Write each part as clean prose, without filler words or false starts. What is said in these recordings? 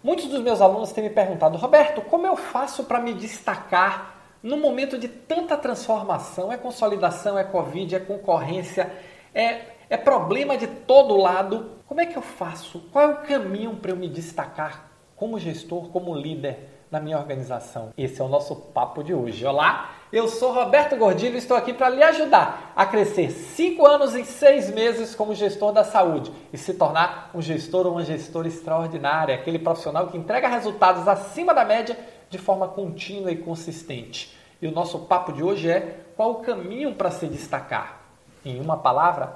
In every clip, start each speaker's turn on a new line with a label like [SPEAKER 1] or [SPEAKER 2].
[SPEAKER 1] Muitos dos meus alunos têm me perguntado, Roberto, como eu faço para me destacar no momento de tanta transformação? É consolidação, é Covid, é concorrência, é problema de todo lado. Como é que eu faço? Qual é o caminho para eu me destacar como gestor, como líder na minha organização? Esse é o nosso papo de hoje. Olá, eu sou Roberto Gordilho e estou aqui para lhe ajudar a crescer 5 anos em 6 meses como gestor da saúde e se tornar um gestor ou uma gestora extraordinária, aquele profissional que entrega resultados acima da média de forma contínua e consistente. E o nosso papo de hoje é qual o caminho para se destacar? Em uma palavra,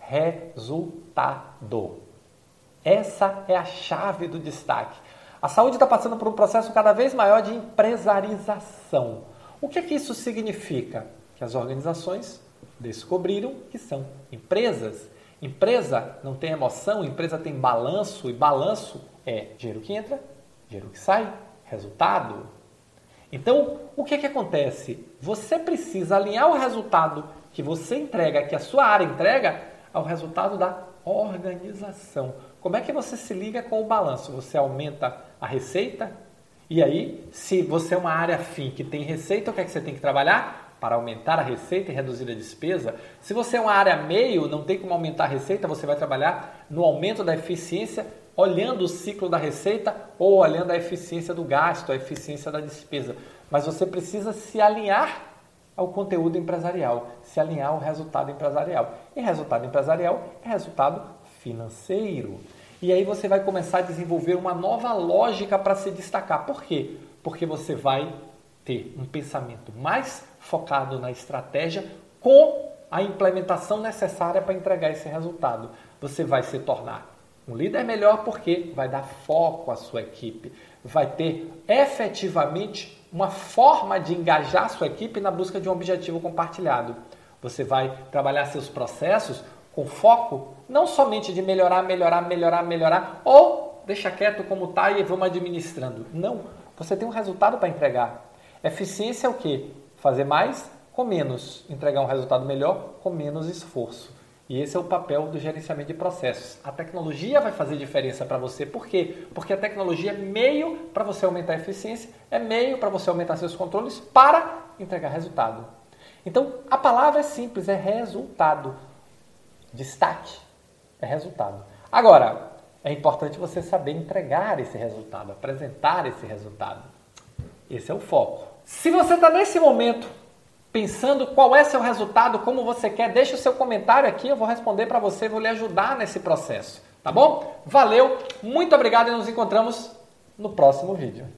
[SPEAKER 1] resultado. Essa é a chave do destaque. A saúde está passando por um processo cada vez maior de empresarização. O que é que isso significa? Que as organizações descobriram que são empresas. Empresa não tem emoção, empresa tem balanço, e balanço é dinheiro que entra, dinheiro que sai, resultado. Então, o que é que acontece? Você precisa alinhar o resultado que você entrega, que a sua área entrega, ao resultado da organização. Como é que você se liga com o balanço? Você aumenta a receita? E aí, se você é uma área fim que tem receita, o que é que você tem que trabalhar? Para aumentar a receita e reduzir a despesa. Se você é uma área meio, não tem como aumentar a receita, você vai trabalhar no aumento da eficiência, olhando o ciclo da receita ou olhando a eficiência do gasto, a eficiência da despesa. Mas você precisa se alinhar ao conteúdo empresarial, se alinhar ao resultado empresarial. E resultado empresarial é resultado financeiro. E aí você vai começar a desenvolver uma nova lógica para se destacar. Por quê? Porque você vai ter um pensamento mais focado na estratégia com a implementação necessária para entregar esse resultado. Você vai se tornar um líder melhor porque vai dar foco à sua equipe, vai ter efetivamente uma forma de engajar a sua equipe na busca de um objetivo compartilhado. Você vai trabalhar seus processos com foco não somente de melhorar, ou deixa quieto como está e vamos administrando. Não, você tem um resultado para entregar. Eficiência é o quê? Fazer mais com menos, entregar um resultado melhor com menos esforço. E esse é o papel do gerenciamento de processos. A tecnologia vai fazer diferença para você. Por quê? Porque a tecnologia é meio para você aumentar a eficiência, é meio para você aumentar seus controles para entregar resultado. Então, a palavra é simples, é resultado. Destaque é resultado. Agora, é importante você saber entregar esse resultado, apresentar esse resultado. Esse é o foco. Se você está nesse momento pensando qual é seu resultado, como você quer, deixa o seu comentário aqui, eu vou responder para você, vou lhe ajudar nesse processo, tá bom? Valeu, muito obrigado e nos encontramos no próximo vídeo.